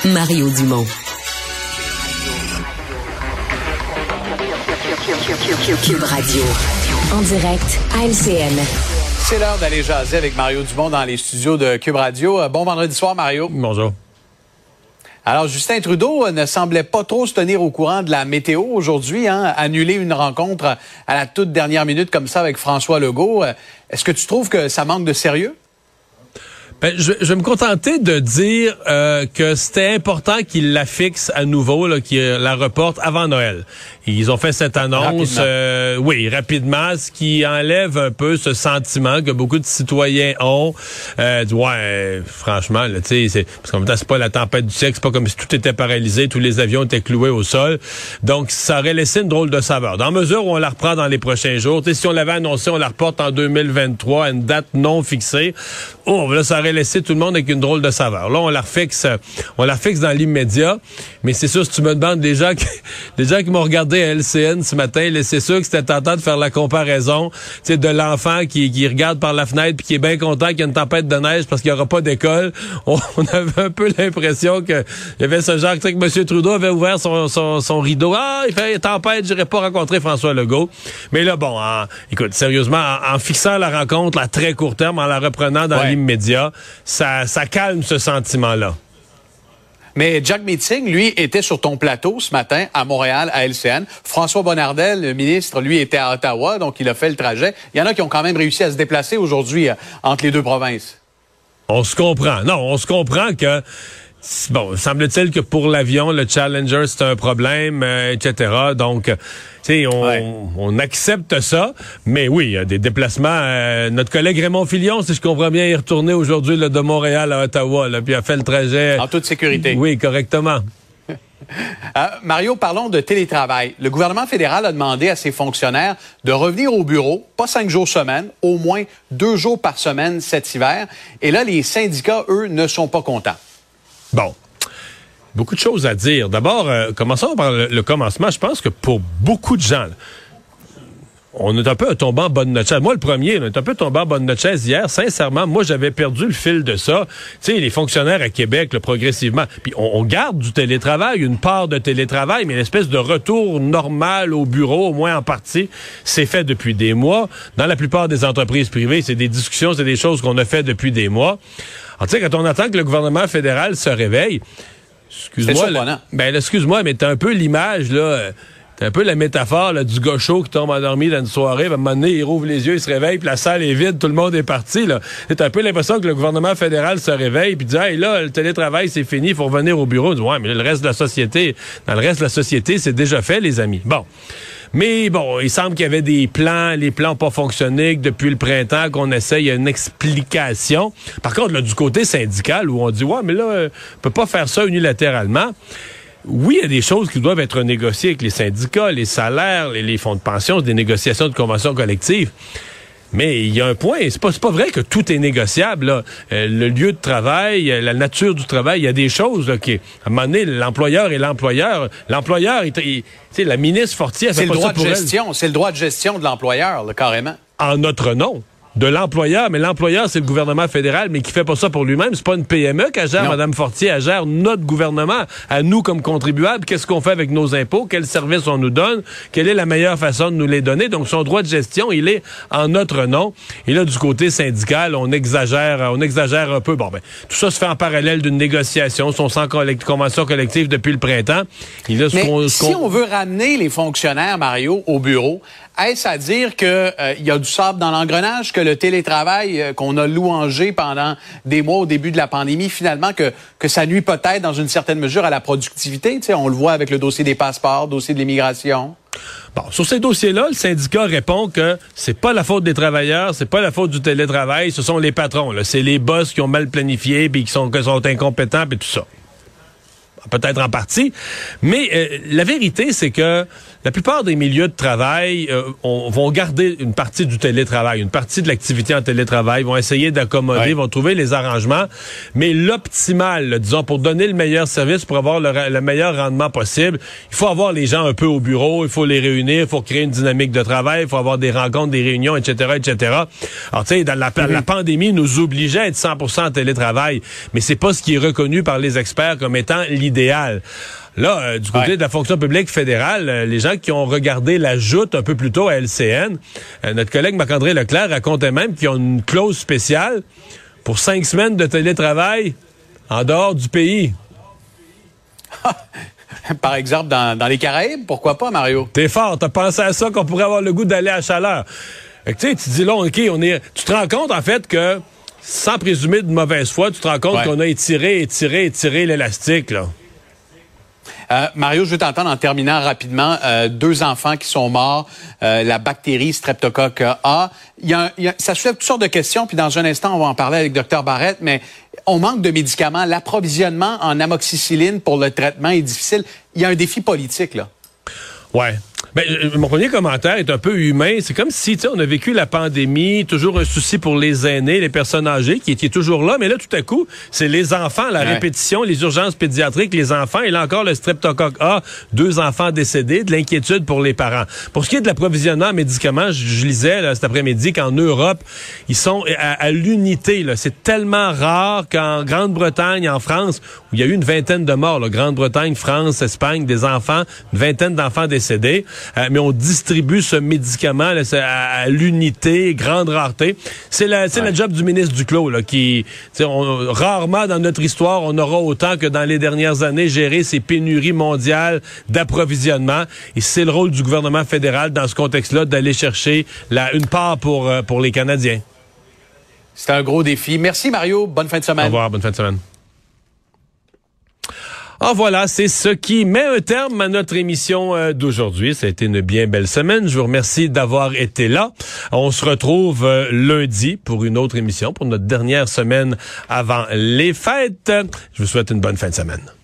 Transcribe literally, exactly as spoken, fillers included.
Mario Dumont. Cube Radio. En direct à L C N. C'est l'heure d'aller jaser avec Mario Dumont dans les studios de Cube Radio. Bon vendredi soir, Mario. Bonjour. Alors, Justin Trudeau ne semblait pas trop se tenir au courant de la météo aujourd'hui, hein, annuler une rencontre à la toute dernière minute comme ça avec François Legault. Est-ce que tu trouves que ça manque de sérieux? Ben, je, je vais me contenter de dire euh, que c'était important qu'il la fixe à nouveau, là, qu'il la reporte avant Noël. Ils ont fait cette annonce, euh, oui, rapidement, ce qui enlève un peu ce sentiment que beaucoup de citoyens ont. Euh, ouais, euh, franchement, là, tu sais, c'est parce qu'en même temps, c'est pas la tempête du siècle, c'est pas comme si tout était paralysé, tous les avions étaient cloués au sol. Donc, ça aurait laissé une drôle de saveur. Dans mesure où on la reprend dans les prochains jours, tu sais, si on l'avait annoncé, on la reporte en deux mille vingt-trois à une date non fixée. Oh, là, ça aurait laissé tout le monde avec une drôle de saveur. Là, on la refixe, on la refixe dans l'immédiat. Mais c'est sûr, si tu me demandes des gens qui, des gens qui m'ont regardé à L C N ce matin, là, c'est sûr que c'était tentant de faire la comparaison, tu sais, de l'enfant qui, qui regarde par la fenêtre puis qui est bien content qu'il y a une tempête de neige parce qu'il n'y aura pas d'école. On, on avait un peu l'impression que il y avait ce genre, tu sais, que M. Trudeau avait ouvert son, son, son rideau. Ah, il fait tempête, j'irai pas rencontrer François Legault. Mais là, bon, en, écoute, sérieusement, en, en fixant la rencontre à très court terme, en la reprenant dans ouais. l'immédiat, ça, ça calme ce sentiment-là. Mais Jack Meeting, lui, était sur ton plateau ce matin à Montréal, à L C N. François Bonnardel, le ministre, lui, était à Ottawa, donc il a fait le trajet. Il y en a qui ont quand même réussi à se déplacer aujourd'hui euh, entre les deux provinces. On se comprend. Non, on se comprend que... Bon, semble-t-il que pour l'avion, le Challenger, c'est un problème, euh, et cetera. Donc, tu sais, on, ouais. on accepte ça. Mais oui, il y a des déplacements. Euh, notre collègue Raymond Filion, si je comprends bien, est retourné aujourd'hui là, de Montréal à Ottawa, là, puis a fait le trajet... En toute sécurité. Oui, correctement. Euh, Mario, parlons de télétravail. Le gouvernement fédéral a demandé à ses fonctionnaires de revenir au bureau, pas cinq jours semaine, au moins deux jours par semaine cet hiver. Et là, les syndicats, eux, ne sont pas contents. Bon, beaucoup de choses à dire. D'abord, euh, commençons par le, le commencement. Je pense que pour beaucoup de gens, là, on est un peu tombé en bas de notre chaise. Moi, le premier, on est un peu tombé en bas de notre chaise hier. Sincèrement, moi, j'avais perdu le fil de ça. Tu sais, les fonctionnaires à Québec, là, progressivement. Puis on, on garde du télétravail, une part de télétravail, mais l'espèce de retour normal au bureau, au moins en partie, c'est fait depuis des mois. Dans la plupart des entreprises privées, c'est des discussions, c'est des choses qu'on a fait depuis des mois. Alors, tu sais, quand on attend que le gouvernement fédéral se réveille, excuse-moi, là, ben, là, excuse-moi, mais t'as un peu l'image, là, t'as un peu la métaphore, là, du gaucho qui tombe endormi dans une soirée, à un moment donné, il rouvre les yeux, il se réveille, puis la salle est vide, tout le monde est parti, là. T'as un peu l'impression que le gouvernement fédéral se réveille, puis dit, hey, là, le télétravail, c'est fini, il faut revenir au bureau. Dit, ouais, mais le reste de la société, dans le reste de la société, c'est déjà fait, les amis. Bon. Mais bon, il semble qu'il y avait des plans, les plans n'ont pas fonctionné, que depuis le printemps qu'on essaye, il y a une explication. Par contre, là, du côté syndical, où on dit, ouais, mais là, euh, on peut pas faire ça unilatéralement. Oui, il y a des choses qui doivent être négociées avec les syndicats, les salaires, les, les fonds de pension, des négociations de conventions collectives. Mais il y a un point, c'est pas, c'est pas vrai que tout est négociable, là. Euh, le lieu de travail, la nature du travail, il y a des choses là, qui, à un moment donné, l'employeur et l'employeur. L'employeur, il, il, tu sais, la ministre Fortier, elle fait pas ça pour elle. C'est le droit de gestion, c'est le droit de gestion de l'employeur, là, carrément. En notre nom. De l'employeur, mais l'employeur, c'est le gouvernement fédéral, mais qui fait pas ça pour lui-même. C'est pas une P M E qu'elle gère, Mme Fortier, elle gère notre gouvernement, à nous comme contribuables. Qu'est-ce qu'on fait avec nos impôts? Quels services on nous donne? Quelle est la meilleure façon de nous les donner? Donc, son droit de gestion, il est en notre nom. Et là, du côté syndical, on exagère, on exagère un peu. Bon, ben, tout ça se fait en parallèle d'une négociation, sont sans collect- convention collective depuis le printemps. Et là, ce mais qu'on, ce si qu'on... on veut ramener les fonctionnaires, Mario, au bureau, est-ce à dire que euh, il y a du sable dans l'engrenage, que le télétravail euh, qu'on a louangé pendant des mois au début de la pandémie, finalement, que, que ça nuit peut-être dans une certaine mesure à la productivité? Tu sais, on le voit avec le dossier des passeports, dossier de l'immigration. Bon, sur ces dossiers-là, le syndicat répond que c'est pas la faute des travailleurs, c'est pas la faute du télétravail, ce sont les patrons. Là. C'est les boss qui ont mal planifié puis qui sont, qui sont incompétents et tout ça. peut-être en partie. Mais euh, la vérité, c'est que la plupart des milieux de travail euh, on, vont garder une partie du télétravail, une partie de l'activité en télétravail, vont essayer d'accommoder, ouais. vont trouver les arrangements. Mais l'optimal, là, disons, pour donner le meilleur service, pour avoir le, le meilleur rendement possible, il faut avoir les gens un peu au bureau, il faut les réunir, il faut créer une dynamique de travail, il faut avoir des rencontres, des réunions, et cetera, et cetera. Alors, tu sais, dans la, mm-hmm. la pandémie nous obligeait à être cent pour cent en télétravail, mais c'est pas ce qui est reconnu par les experts comme étant l'idéal. Là, euh, du côté ouais. de la fonction publique fédérale, euh, les gens qui ont regardé la joute un peu plus tôt à L C N, euh, notre collègue Marc-André Leclerc racontait même qu'ils ont une clause spéciale pour cinq semaines de télétravail en dehors du pays. Par exemple, dans, dans les Caraïbes, pourquoi pas, Mario? T'es fort, t'as pensé à ça qu'on pourrait avoir le goût d'aller à Chaleur. Tu sais, tu dis là, OK, on est. Tu te rends compte, en fait, que sans présumer de mauvaise foi, tu te rends compte ouais. qu'on a étiré, étiré, étiré l'élastique, là. Euh, Mario, je veux t'entendre en terminant rapidement. Euh, deux enfants qui sont morts, euh, la bactérie Streptocoque A. Il y a, il y a, ça soulève toutes sortes de questions, puis dans un instant, on va en parler avec docteur Barrette, mais on manque de médicaments. L'approvisionnement en amoxicilline pour le traitement est difficile. Il y a un défi politique, là. Ouais. Ben, mon premier commentaire est un peu humain. C'est comme si, tu sais, on a vécu la pandémie, toujours un souci pour les aînés, les personnes âgées, qui, qui est toujours là. Mais là, tout à coup, c'est les enfants, la ouais. répétition, les urgences pédiatriques, les enfants. Et là encore, le streptocoque A, deux enfants décédés, de l'inquiétude pour les parents. Pour ce qui est de l'approvisionnement en médicaments, je, je lisais là, cet après-midi qu'en Europe, ils sont à, à l'unité. Là. C'est tellement rare qu'en Grande-Bretagne, en France, où il y a eu une vingtaine de morts, là, Grande-Bretagne, France, Espagne, des enfants, une vingtaine d'enfants décédés. Euh, mais on distribue ce médicament là, à, à l'unité, grande rareté. C'est la, c'est ouais. le job du ministre Duclos, là, qui, on, rarement dans notre histoire, on aura autant que dans les dernières années géré ces pénuries mondiales d'approvisionnement. Et c'est le rôle du gouvernement fédéral dans ce contexte-là d'aller chercher la, une part pour, euh, pour les Canadiens. C'est un gros défi. Merci Mario. Bonne fin de semaine. Au revoir. Bonne fin de semaine. Ah voilà, c'est ce qui met un terme à notre émission euh, d'aujourd'hui. Ça a été une bien belle semaine. Je vous remercie d'avoir été là. On se retrouve euh, lundi pour une autre émission, pour notre dernière semaine avant les fêtes. Je vous souhaite une bonne fin de semaine.